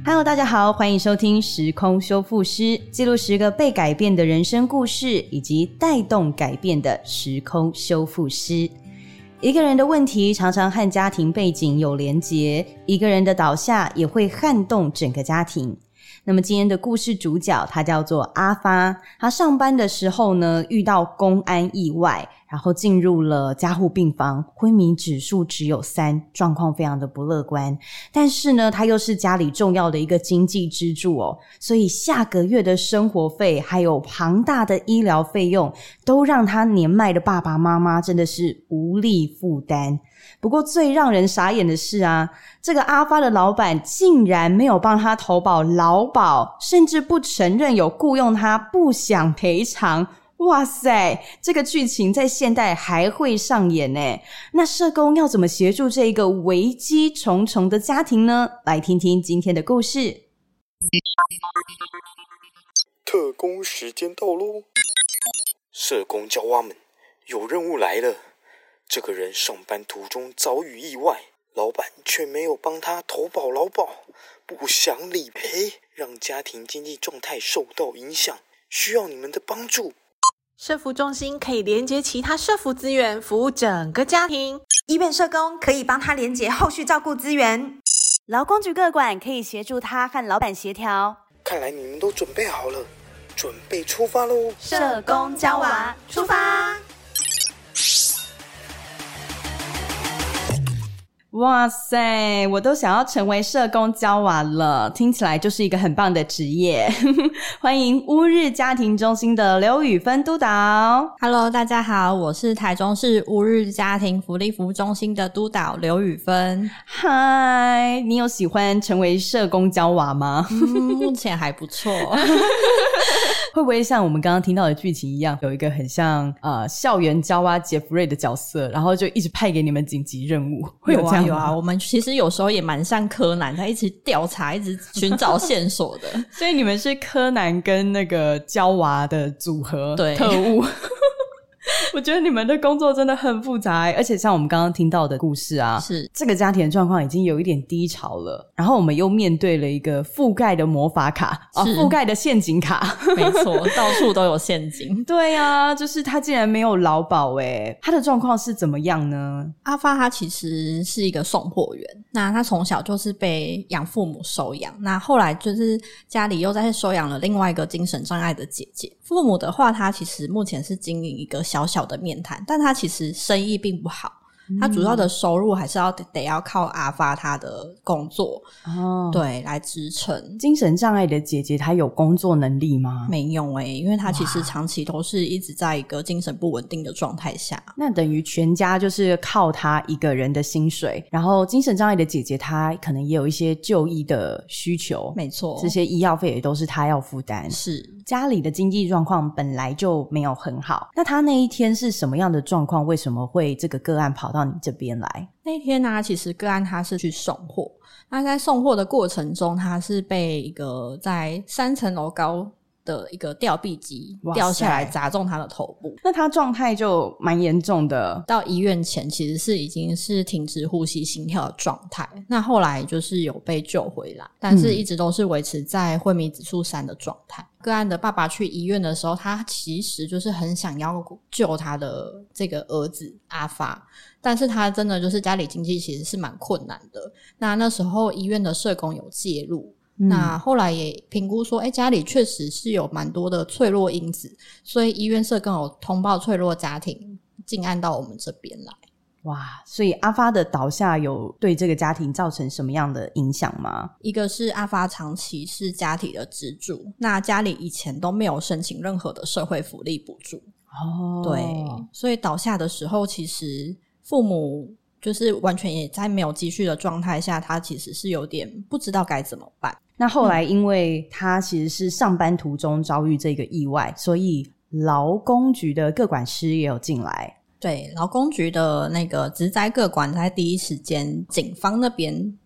Hello， 大家好，欢迎收听时空修复师，记录10个被改变的人生故事，以及带动改变的时空修复师。一个人的问题常常和家庭背景有连结，一个人的倒下也会撼动整个家庭。那么今天的故事主角他叫做阿发，他上班的时候呢遇到公安意外，然后进入了加护病房，昏迷指数只有3，状况非常的不乐观。但是呢他又是家里重要的一个经济支柱哦，所以下个月的生活费还有庞大的医疗费用都让他年迈的爸爸妈妈真的是无力负担。不过最让人傻眼的是啊，这个阿发的老板竟然没有帮他投保劳保，甚至不承认有雇用他，不想赔偿。哇塞，这个剧情在现代还会上演耶。那社工要怎么协助这一个危机重重的家庭呢？来听听今天的故事。 特工时间到咯，社工教蛙们，有任务来了。这个人上班途中遭遇意外，老板却没有帮他投保劳保，不想理赔，让家庭经济状态受到影响，需要你们的帮助。 社福中心可以连结其他社福资源，服务整个家庭。 医院社工可以帮他连结后续照顾资源。 劳工局个管可以协助他和老板协调。 看来你们都准备好了，准备出发咯。 社工教娃出发。 哇塞，我都想要成为社工教娃了，听起来就是一个很棒的职业。欢迎乌日家庭中心的刘宇芬督导。 Hello， 大家好，我是台中市乌日家庭福利服务中心的督导刘宇芬。 嗨，你有喜欢成为社工教娃吗？ 目前还不错。 会不会像我们刚刚听到的剧情一样，有一个很像校园教蛙杰弗瑞的角色，然后就一直派给你们紧急任务？会有这样吗？ 有啊，我们其实有时候也蛮像柯南，他一直调查，一直寻找线索的。 所以你们是柯南跟那个教娃的组合， 对， 特务。我觉得你们的工作真的很复杂，而且像我们刚刚听到的故事啊， 是这个家庭的状况已经有一点低潮了，然后我们又面对了一个覆盖的魔法卡覆盖的陷阱卡。 没错，到处都有陷阱。 对啊，就是他竟然没有劳保耶，他的状况是怎么样呢？ 阿发他其实是一个送货员，那他从小就是被养父母收养，那后来就是家里又在收养了另外一个精神障碍的姐姐。父母的话，他其实目前是经营一个小小的面摊，但他其实生意并不好，他主要的收入还是得要靠阿发他的工作对来支撑。 精神障碍的姐姐她有工作能力吗？ 没有因为她其实长期都是一直在一个精神不稳定的状态下。 那等于全家就是靠她一个人的薪水，然后精神障碍的姐姐她可能也有一些就医的需求。 没错， 这些医药费也都是她要负担。 是， 家里的经济状况本来就没有很好，那她那一天是什么样的状况？为什么会这个个案跑到你这边来？ 那天呢其实个案他是去送货，那在送货的过程中，他是被一个在3层楼高的一个吊臂机掉下来砸中他的头部。 那他状态就蛮严重的， 到医院前其实是已经是停止呼吸心跳的状态，那后来就是有被救回来，但是一直都是维持在昏迷指数3的状态。个案的爸爸去医院的时候，他其实就是很想要救他的这个儿子阿发，但是他真的就是家里经济其实是蛮困难的。那时候医院的社工有介入，那后来也评估说家里确实是有蛮多的脆弱因子，所以医院社工有通报脆弱家庭进案到我们这边来。 哇，所以阿发的倒下有对这个家庭造成什么样的影响吗？ 一个是阿发长期是家庭的支柱，那家里以前都没有申请任何的社会福利补助对，所以倒下的时候其实父母就是完全也在没有积蓄的状态下，他其实是有点不知道该怎么办。 那后来因为他其实是上班途中遭遇这个意外，所以劳工局的个管师也有进来。 对，劳工局的那个职灾个管在第一时间警方那边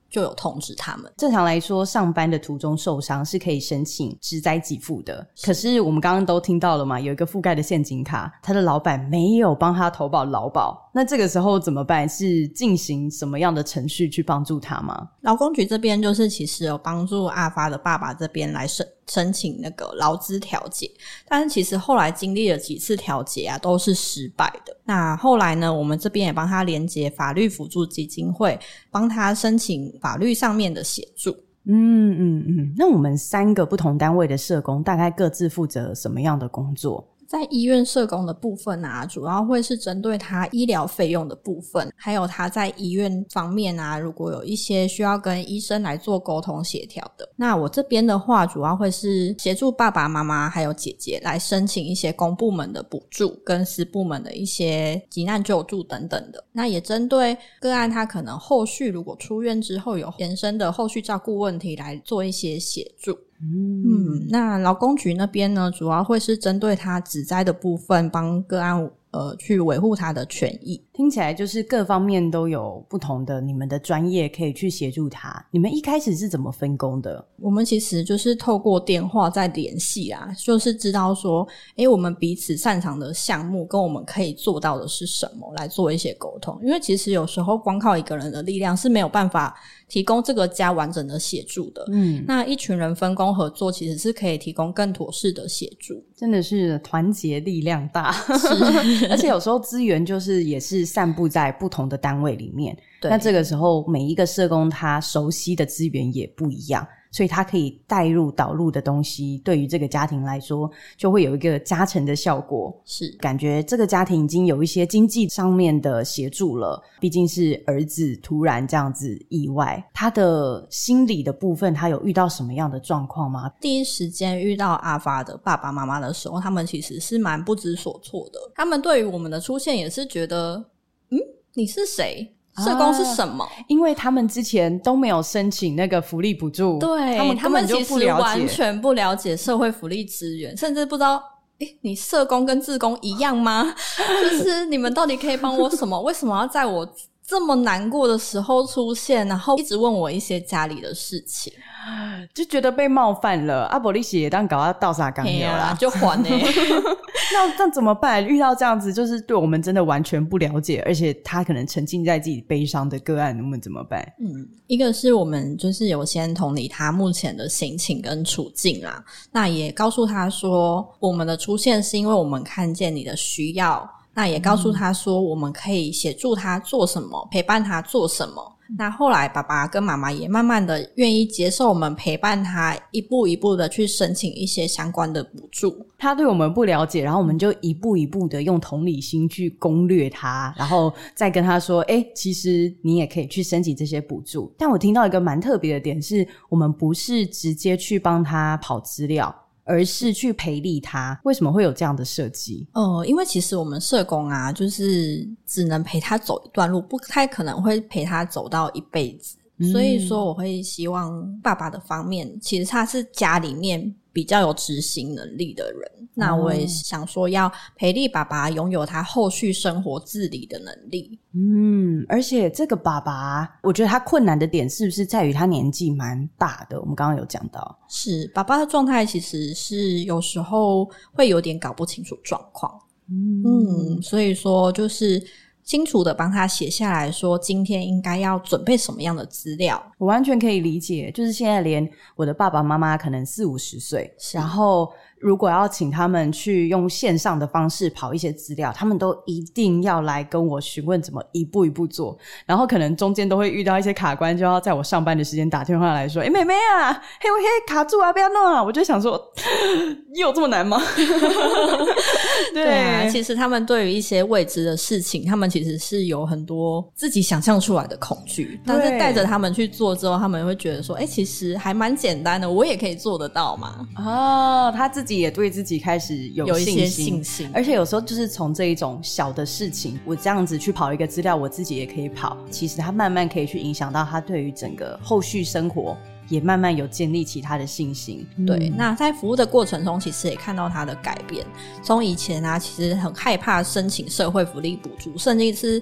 就有通知他们。 正常来说上班的途中受伤是可以申请职灾给付的，可是我们刚刚都听到了嘛，有一个覆盖的陷阱卡，他的老板没有帮他投保劳保，那这个时候怎么办？是进行什么样的程序去帮助他吗？ 劳工局这边就是其实有帮助阿发的爸爸这边来申请那个劳资调解，但是其实后来经历了几次调解啊都是失败的。那后来呢，我们这边也帮他连结法律辅助基金会，帮他申请法律上面的协助。 那我们3个不同单位的社工大概各自负责什么样的工作？ 在医院社工的部分啊，主要会是针对他医疗费用的部分，还有他在医院方面啊，如果有一些需要跟医生来做沟通协调的。那我这边的话，主要会是协助爸爸妈妈还有姐姐来申请一些公部门的补助跟私部门的一些急难救助等等的。那也针对个案他可能后续如果出院之后有延伸的后续照顾问题来做一些协助。那劳工局那边呢，主要会是针对他职灾的部分，帮个案去维护他的权益。 听起来就是各方面都有不同的你们的专业可以去协助他。你们一开始是怎么分工的？ 我们其实就是透过电话在联系啦，就是知道说我们彼此擅长的项目跟我们可以做到的是什么，来做一些沟通。因为其实有时候光靠一个人的力量是没有办法提供这个家完整的协助的。那一群人分工合作其实是可以提供更妥适的协助。 真的是团结力量大。而且有时候资源就是也是散布在不同的单位里面，那这个时候每一个社工他熟悉的资源也不一样，所以他可以带入导入的东西对于这个家庭来说就会有一个加成的效果。 是感觉这个家庭已经有一些经济上面的协助了，毕竟是儿子突然这样子意外，他的心理的部分他有遇到什么样的状况吗？ 第一时间遇到阿发的爸爸妈妈的时候，他们其实是蛮不知所措的。他们对于我们的出现也是觉得你是谁？社工是什么？ 因为他们之前都没有申请那个福利补助， 对， 他们根本就不了解， 完全不了解社会福利资源，甚至不知道你社工跟志工一样吗？就是你们到底可以帮我什么？为什么要在我这么难过的时候出现，然后一直问我一些家里的事情， 就觉得被冒犯了。阿伯利喜也当搞到倒啥港有啦， 就还那怎么办？遇到这样子就是对我们真的完全不了解，而且他可能沉浸在自己悲伤的个案，我们怎么办？ 一个是我们就是有先同理他目前的心情跟处境啦，那也告诉他说我们的出现是因为我们看见你的需要，那也告诉他说我们可以协助他做什么，陪伴他做什么。那后来爸爸跟妈妈也慢慢的愿意接受我们陪伴他，一步一步的去申请一些相关的补助。 他对我们不了解，然后我们就一步一步的用同理心去攻略他，然后再跟他说其实你也可以去申请这些补助。但我听到一个蛮特别的点是，我们不是直接去帮他跑资料，而是去培力他。为什么会有这样的设计？ 因为其实我们社工啊，就是只能陪他走一段路，不太可能会陪他走到一辈子。所以说我会希望爸爸的方面，其实他是家里面比较有执行能力的人，那我也想说要培力爸爸拥有他后续生活自理的能力。 而且这个爸爸我觉得他困难的点是不是在于他年纪蛮大的？我们刚刚有讲到， 是爸爸的状态其实是有时候会有点搞不清楚状况。所以说就是清楚的帮他写下来说今天应该要准备什么样的资料。 我完全可以理解，就是现在连我的爸爸妈妈可能40-50岁，然后如果要请他们去用线上的方式跑一些资料，他们都一定要来跟我询问怎么一步一步做，然后可能中间都会遇到一些卡关，就要在我上班的时间打电话来说妹妹啊，嘿卡住啊，不要弄啊。我就想说有这么难吗？ 对啊，其实他们对于一些未知的事情，他们其实是有很多自己想象出来的恐惧，但是带着他们去做之后，他们会觉得说其实还蛮简单的，我也可以做得到嘛。 他自己也对自己开始有一些信心， 而且有时候就是从这一种小的事情，我这样子去跑一个资料，我自己也可以跑，其实他慢慢可以去影响到他对于整个后续生活也慢慢有建立起他的信心。 对，那在服务的过程中其实也看到他的改变，从以前啊其实很害怕申请社会福利补助，甚至是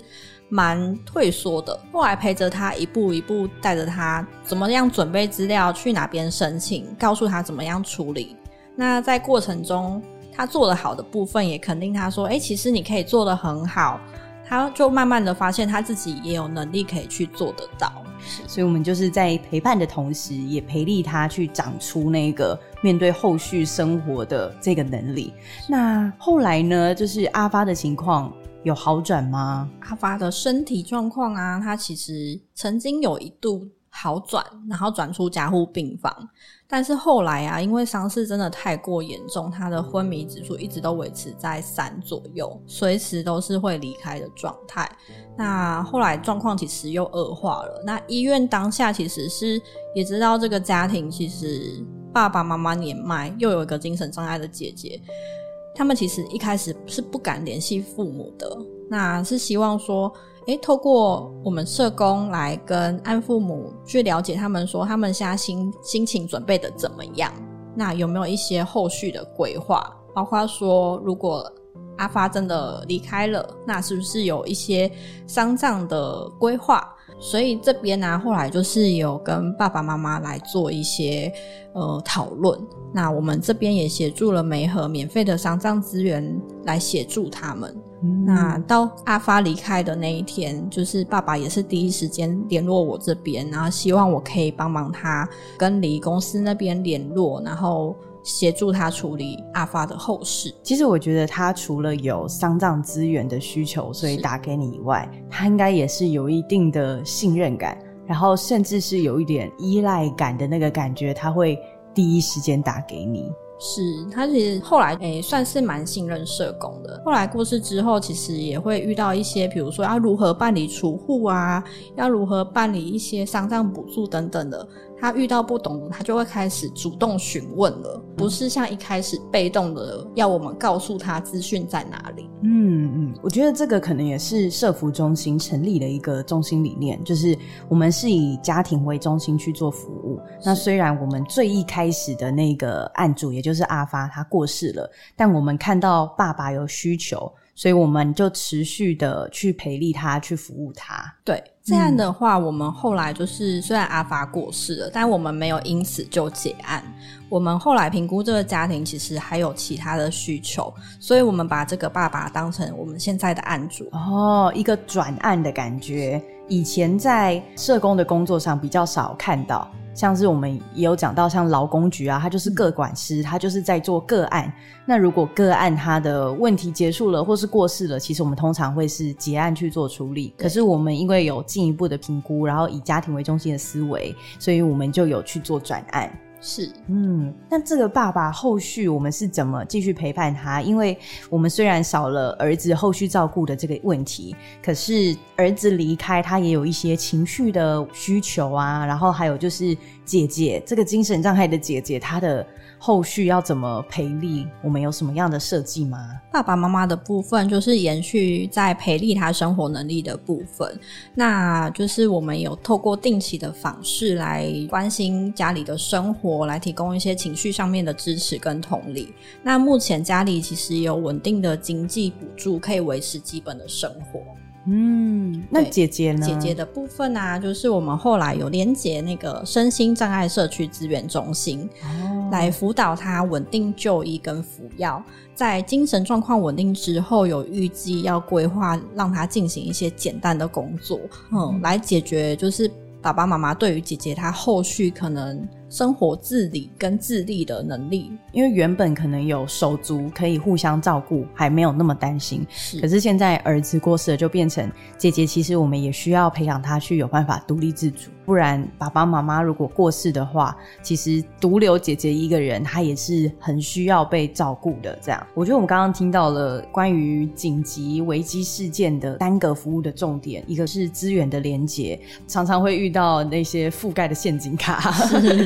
蛮退缩的，后来陪着他一步一步带着他怎么样准备资料，去哪边申请，告诉他怎么样处理。那在过程中他做得好的部分也肯定他说其实你可以做得很好，他就慢慢的发现他自己也有能力可以去做得到。 所以我们就是在陪伴的同时也培力他去长出那个面对后续生活的这个能力。那后来呢，就是阿发的情况有好转吗？ 阿发的身体状况啊，他其实曾经有一度好转，然后转出加护病房，但是后来啊，因为伤势真的太过严重，他的昏迷指数一直都维持在3左右，随时都是会离开的状态。那后来状况其实又恶化了，那医院当下其实是也知道这个家庭其实爸爸妈妈年迈，又有一个精神障碍的姐姐，他们其实一开始是不敢联系父母的，那是希望说透过我们社工来跟安父母去了解他们，说他们现在心情准备的怎么样，那有没有一些后续的规划，包括说如果阿发真的离开了，那是不是有一些丧葬的规划。所以这边呢，后来就是有跟爸爸妈妈来做一些讨论，那我们这边也协助了媒合免费的丧葬资源来协助他们。那到阿发离开的那一天，就是爸爸也是第一时间联络我这边，然后希望我可以帮忙他跟礼仪公司那边联络，然后协助他处理阿发的后事。 其实我觉得他除了有丧葬资源的需求所以打给你以外，他应该也是有一定的信任感，然后甚至是有一点依赖感的那个感觉，他会第一时间打给你。 是，他其实后来算是蛮信任社工的。后来过世之后，其实也会遇到一些比如说要如何办理储户啊，要如何办理一些丧葬补助等等的，他遇到不懂的他就会开始主动询问了，不是像一开始被动的要我们告诉他资讯在哪里。 我觉得这个可能也是社福中心成立的一个中心理念，就是我们是以家庭为中心去做服务。那虽然我们最一开始的那个案主也就是阿发他过世了，但我们看到爸爸有需求，所以我们就持续的去培力他，去服务他。 对，这样的话我们后来就是虽然阿发过世了，但我们没有因此就结案，我们后来评估这个家庭其实还有其他的需求，所以我们把这个爸爸当成我们现在的案主。 一个转案的感觉，以前在社工的工作上比较少看到，像是我们也有讲到像劳工局啊，他就是个管师，他就是在做个案。那如果个案他的问题结束了或是过世了，其实我们通常会是结案去做处理，可是我们因为有进一步的评估，然后以家庭为中心的思维，所以我们就有去做转案。 是， 那这个爸爸后续我们是怎么继续陪伴他？因为我们虽然少了儿子后续照顾的这个问题，可是儿子离开他也有一些情绪的需求啊，然后还有就是姐姐这个精神障碍的姐姐，她的后续要怎么培力，我们有什么样的设计吗？ 爸爸妈妈的部分就是延续在培力他生活能力的部分，那就是我们有透过定期的访视来关心家里的生活，来提供一些情绪上面的支持跟同理。那目前家里其实有稳定的经济补助，可以维持基本的生活。 那姐姐呢？ 姐姐的部分啊，就是我们后来有连结那个身心障碍社区资源中心，来辅导她稳定就医跟服药。在精神状况稳定之后，有预计要规划让她进行一些简单的工作，来解决就是爸爸妈妈对于姐姐她后续可能生活自理跟自立的能力， 因为原本可能有手足可以互相照顾，还没有那么担心，可是现在儿子过世了，就变成姐姐其实我们也需要培养她去有办法独立自主，不然爸爸妈妈如果过世的话，其实独留姐姐一个人，她也是很需要被照顾的。这样我觉得我们刚刚听到了关于紧急危机事件的3个服务的重点，一个是资源的连结，常常会遇到那些覆盖的陷阱卡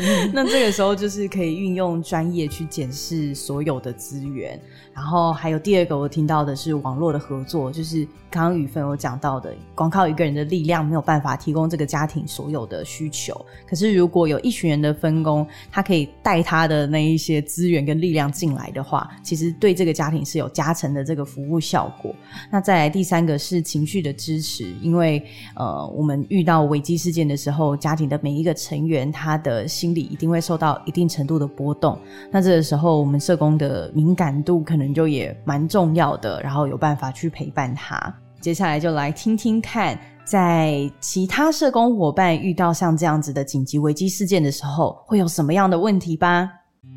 那这个时候就是可以运用专业去检视所有的资源。然后还有第二个我听到的是网络的合作，就是刚刚宇芬有讲到的，光靠一个人的力量没有办法提供这个家庭所有的需求，可是如果有一群人的分工，他可以带他的那一些资源跟力量进来的话，其实对这个家庭是有加成的这个服务效果。那再来第三个是情绪的支持，因为我们遇到危机事件的时候，家庭的每一个成员他的心理一定会受到一定程度的波动，那这个时候我们社工的敏感度可能就也蛮重要的，然后有办法去陪伴他。接下来就来听听看，在其他社工伙伴遇到像这样子的紧急危机事件的时候会有什么样的问题吧。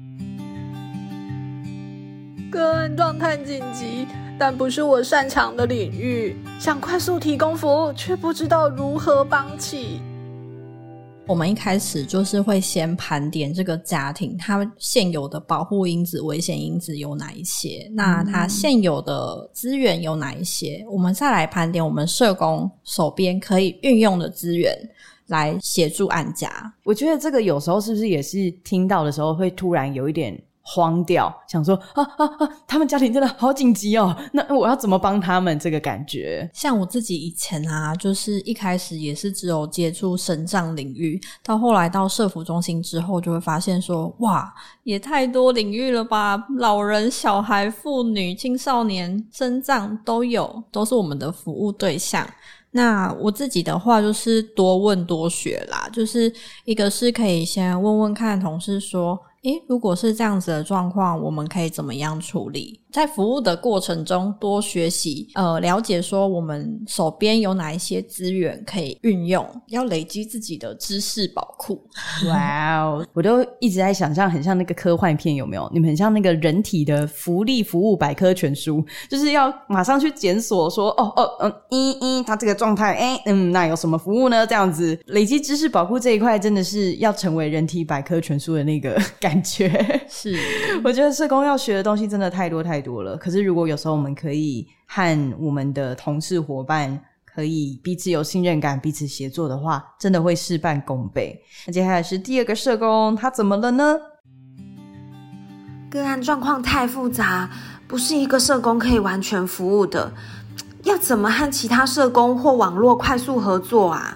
个案状态紧急，但不是我擅长的领域，想快速提供服务，却不知道如何帮起。 我们一开始就是会先盘点这个家庭它现有的保护因子、危险因子有哪一些，那它现有的资源有哪一些，我们再来盘点我们社工手边可以运用的资源来协助案家。 我觉得这个有时候是不是也是听到的时候会突然有一点慌掉，想说他们家庭真的好紧急哦，那我要怎么帮他们，这个感觉。 像我自己以前啊，就是一开始也是只有接触身障领域，到后来到社福中心之后就会发现说，哇，也太多领域了吧，老人、小孩、妇女、青少年、身障都有，都是我们的服务对象。那我自己的话就是多问多学啦，就是一个是可以先问问看同事说，如果是这样子的状况，我们可以怎么样处理？在服务的过程中多学习，了解说我们手边有哪一些资源可以运用，要累积自己的知识宝库。 哇哦，我都一直在想象很像那个科幻片，有没有？你们很像那个人体的福利服务百科全书，就是要马上去检索说他这个状态那有什么服务呢？这样子累积知识宝库这一块真的是要成为人体百科全书的那个感觉。 是， 我觉得社工要学的东西真的太多太多了，可是如果有时候我们可以和我们的同事伙伴可以彼此有信任感，彼此协作的话，真的会事半功倍。那接下来是第二个社工，他怎么了呢？ 个案状况太复杂，不是一个社工可以完全服务的，要怎么和其他社工或网络快速合作啊？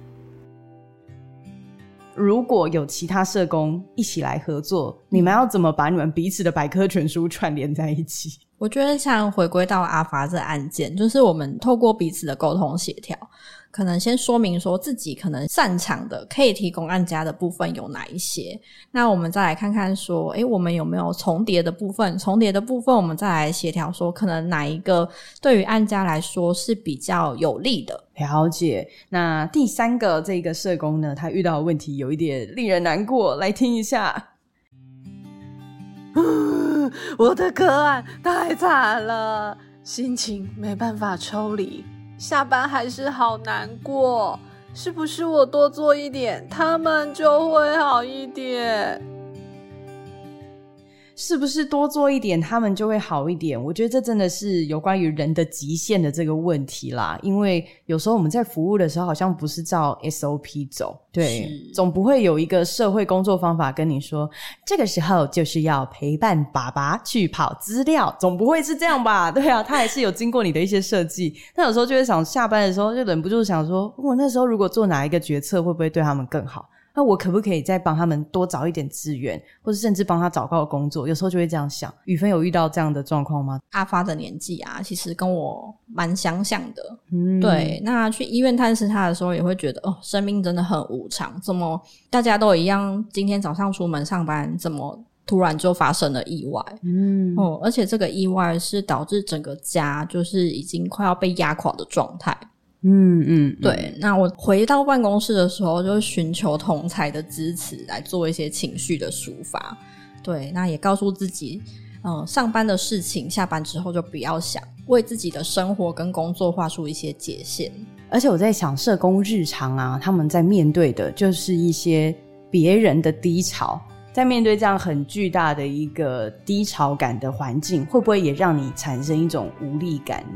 如果有其他社工一起来合作，你们要怎么把你们彼此的百科全书串联在一起？ 我觉得像回归到阿发这案件，就是我们透过彼此的沟通协调，可能先说明说自己可能擅长的可以提供案家的部分有哪一些，那我们再来看看说我们有没有重叠的部分，我们再来协调说可能哪一个对于案家来说是比较有利的。 了解。那第三个这个社工呢，他遇到的问题有一点令人难过，来听一下。 我的个案太惨了，心情没办法抽离，下班还是好难过，是不是我多做一点，他们就会好一点？ 是不是多做一点他们就会好一点？我觉得这真的是有关于人的极限的这个问题啦，因为有时候我们在服务的时候好像不是照 SOP 走，对，总不会有一个社会工作方法跟你说这个时候就是要陪伴爸爸去跑资料，总不会是这样吧？对啊，他还是有经过你的一些设计。那有时候就会想下班的时候就忍不住想说，我那时候如果做哪一个决策会不会对他们更好，那我可不可以再帮他们多找一点资源，或者甚至帮他找到工作？有时候就会这样想。宇芬有遇到这样的状况吗？ 阿发的年纪啊，其实跟我蛮相像的。对，那去医院探视他的时候也会觉得生命真的很无常，怎么大家都一样今天早上出门上班，怎么突然就发生了意外？而且这个意外是导致整个家就是已经快要被压垮的状态。对，那我回到办公室的时候就寻求同侪的支持来做一些情绪的抒发。对，那也告诉自己上班的事情下班之后就不要想，为自己的生活跟工作画出一些界限。 而且我在想社工日常啊，他们在面对的就是一些别人的低潮，在面对这样很巨大的一个低潮感的环境，会不会也让你产生一种无力感呢？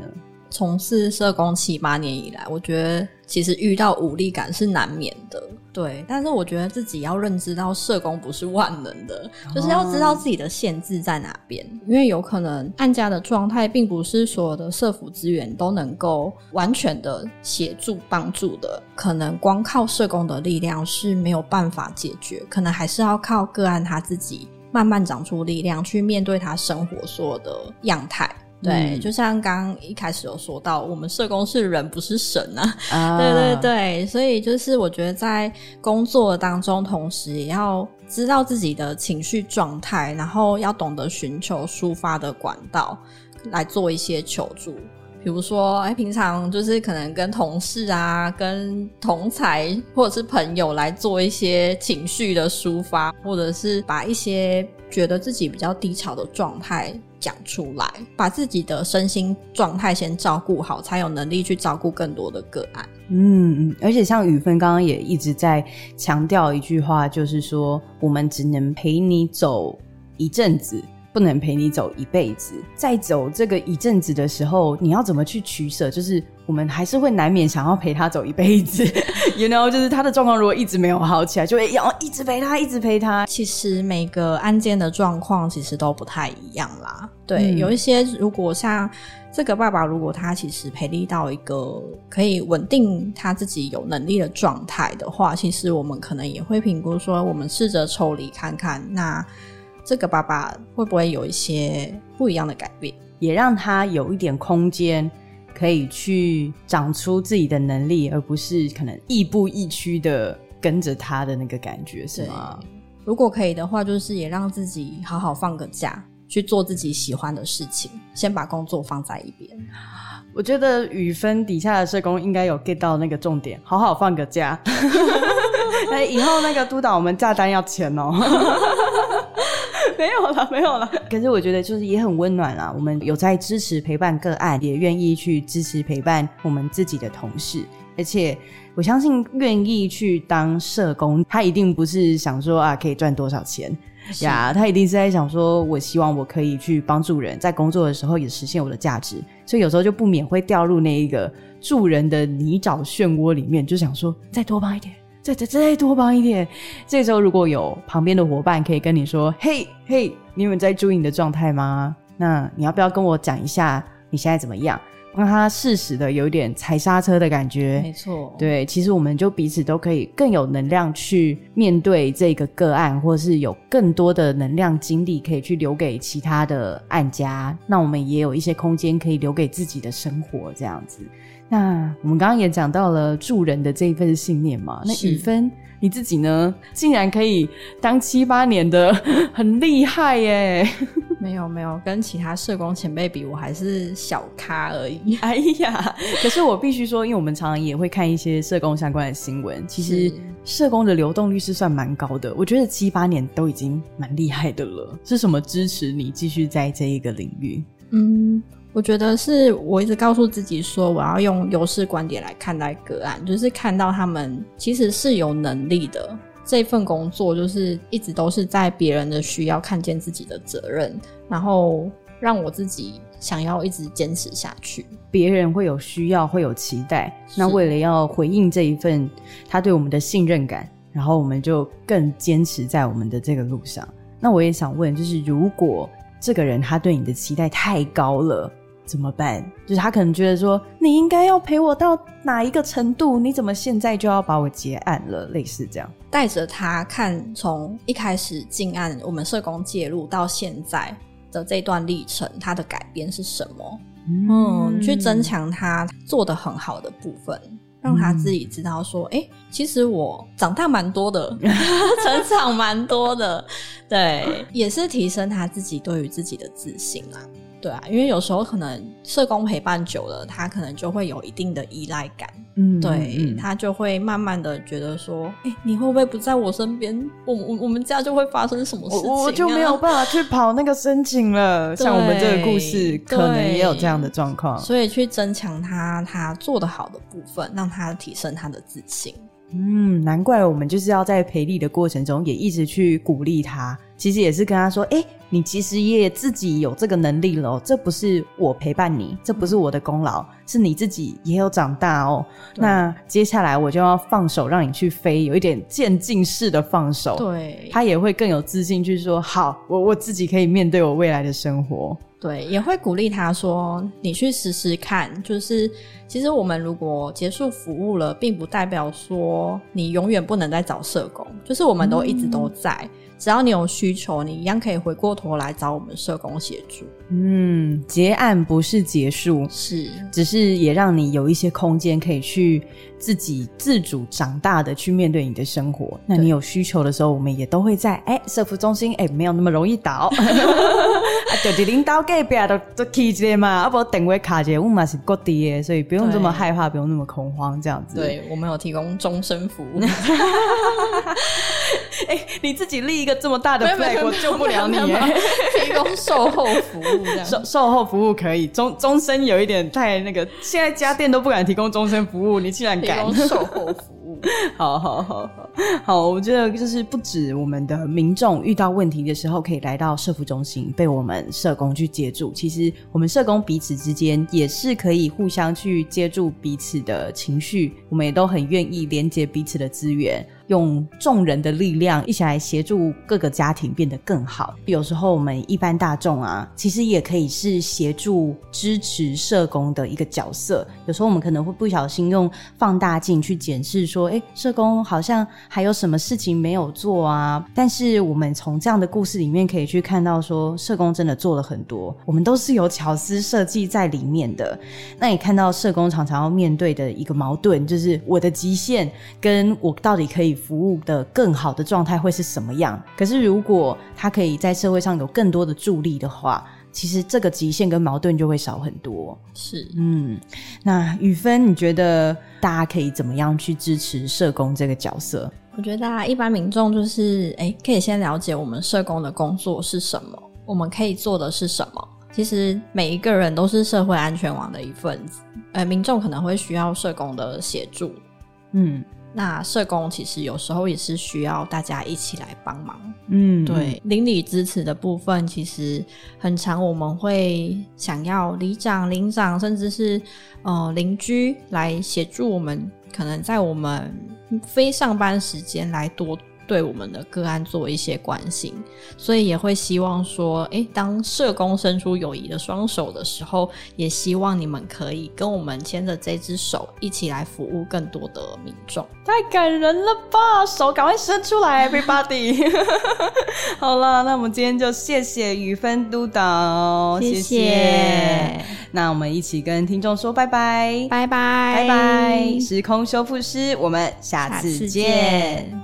从事社工7、8年以来，我觉得其实遇到无力感是难免的，对。但是我觉得自己要认知到社工不是万能的，就是要知道自己的限制在哪边，因为有可能案家的状态并不是所有的社福资源都能够完全的协助帮助的，可能光靠社工的力量是没有办法解决，可能还是要靠个案他自己慢慢长出力量去面对他生活所有的样态。对，就像刚刚一开始有说到，我们社工是人不是神啊。对对对，所以就是我觉得在工作当中同时也要知道自己的情绪状态，然后要懂得寻求抒发的管道来做一些求助。比如说平常就是可能跟同事啊，跟同侪或者是朋友来做一些情绪的抒发，或者是把一些觉得自己比较低潮的状态讲出来，把自己的身心状态先照顾好，才有能力去照顾更多的个案。 而且像宇芬刚刚也一直在强调一句话，就是说我们只能陪你走一阵子，不能陪你走一辈子。在走这个一阵子的时候，你要怎么去取舍，就是我们还是会难免想要陪他走一辈子you know， 就是他的状况如果一直没有好起来，就会要一直陪他一直陪他。 其实每个案件的状况其实都不太一样啦，对，有一些如果像这个爸爸，如果他其实培力到一个可以稳定他自己有能力的状态的话，其实我们可能也会评估说，我们试着抽离看看，那这个爸爸会不会有一些不一样的改变， 也让他有一点空间可以去长出自己的能力，而不是可能亦步亦趋的跟着他的那个感觉，是吗？ 如果可以的话，就是也让自己好好放个假，去做自己喜欢的事情，先把工作放在一边。 我觉得宇芬底下的社工应该有 get 到那个重点，好好放个假以后那个督导我们假单要钱哦没有啦可是我觉得就是也很温暖啦，我们有在支持陪伴个案，也愿意去支持陪伴我们自己的同事，而且我相信愿意去当社工，他一定不是想说可以赚多少钱呀，他一定是在想说我希望我可以去帮助人，在工作的时候也实现我的价值，所以有时候就不免会掉入那一个助人的泥沼漩涡里面，就想说再多帮一点，再多帮一点。这个时候如果有旁边的伙伴可以跟你说嘿，你有在注意你的状态吗？那你要不要跟我讲一下你现在怎么样，帮他适时的有一点踩刹车的感觉。 没错， 对，其实我们就彼此都可以更有能量去面对这个个案，或是有更多的能量精力可以去留给其他的案家，那我们也有一些空间可以留给自己的生活这样子。那我们刚刚也讲到了助人的这一份信念嘛，那宇芬你自己呢，竟然可以当7、8年的很厉害耶没有，跟其他社工前辈比，我还是小咖而已。 哎呀，可是我必须说，因为我们常常也会看一些社工相关的新闻，其实社工的流动率是算蛮高的，我觉得7、8年都已经蛮厉害的了。是什么支持你继续在这一个领域？ 我觉得是我一直告诉自己说，我要用优势观点来看待个案，就是看到他们其实是有能力的，这份工作就是一直都是在别人的需要看见自己的责任，然后让我自己想要一直坚持下去。 别人会有需要，会有期待，那为了要回应这一份他对我们的信任感，然后我们就更坚持在我们的这个路上。那我也想问，就是如果这个人他对你的期待太高了怎么办？就是他可能觉得说你应该要陪我到哪一个程度，你怎么现在就要把我结案了，类似这样。 带着他看从一开始进案我们社工介入到现在的这段历程，他的改变是什么，去增强他做得很好的部分，让他自己知道说其实我长大蛮多的成长蛮多的，对，也是提升他自己对于自己的自信啦。对啊，因为有时候可能社工陪伴久了，他可能就会有一定的依赖感，对，他就会慢慢的觉得说你会不会不在我身边，我们家就会发生什么事情我就没有办法去跑那个申请了像我们这个故事可能也有这样的状况， 所以去增强他做得好的部分，让他提升他的自信。 难怪我们就是要在培力的过程中也一直去鼓励他， 其实也是跟他说你其实也自己有这个能力了这不是我陪伴你，这不是我的功劳，是你自己也有长大那接下来我就要放手让你去飞，有一点渐进式的放手， 对， 他也会更有自信去说好，我自己可以面对我未来的生活。 对，也会鼓励他说你去试试看，就是其实我们如果结束服务了并不代表说你永远不能再找社工，就是我们都一直都在只要你有需求你一样可以回过头来找我们社工协助。 结案不是结束， 是只是也让你有一些空间可以去自己自主长大的去面对你的生活。那你有需求的时候我们也都会在社福中心没有那么容易倒就是领导隔壁就去一个嘛，不然电话卡一个我们也是各地的，所以不用这么害怕，不用那么恐慌这样子。 对，我们有提供终身服务你自己立一个这么大的 flag 我救不了你提供售后服务这样售后服务可以，终身有一点太那个，现在家电都不敢提供终身服务，你竟然敢提供售后服务好，我觉得就是不止我们的民众遇到问题的时候可以来到社福中心被我们社工去接住，其实我们社工彼此之间也是可以互相去接住彼此的情绪，我们也都很愿意连接彼此的资源，用众人的力量一起来协助各个家庭变得更好。有时候我们一般大众其实也可以是协助支持社工的一个角色。有时候我们可能会不小心用放大镜去检视说社工好像还有什么事情没有做但是我们从这样的故事里面可以去看到说社工真的做了很多，我们都是有巧思设计在里面的。那你看到社工常常要面对的一个矛盾，就是我的极限跟我到底可以服务的更好的状态会是什么样。可是如果他可以在社会上有更多的助力的话，其实这个极限跟矛盾就会少很多。 是那宇芬你觉得大家可以怎么样去支持社工这个角色？ 我觉得一般民众就是可以先了解我们社工的工作是什么，我们可以做的是什么。其实每一个人都是社会安全网的一份子，民众可能会需要社工的协助那社工其实有时候也是需要大家一起来帮忙对，邻里支持的部分其实很常我们会想要里长、邻长甚至是邻居来协助我们，可能在我们非上班时间来多对我们的个案做一些关心，所以也会希望说当社工伸出友谊的双手的时候，也希望你们可以跟我们牵着这只手一起来服务更多的民众。 太感人了吧，手赶快伸出来 everybody 好了，那我们今天就谢谢宇芬督导，谢谢。那我们一起跟听众说拜拜， 拜拜拜拜，时空修复师，我们下次见。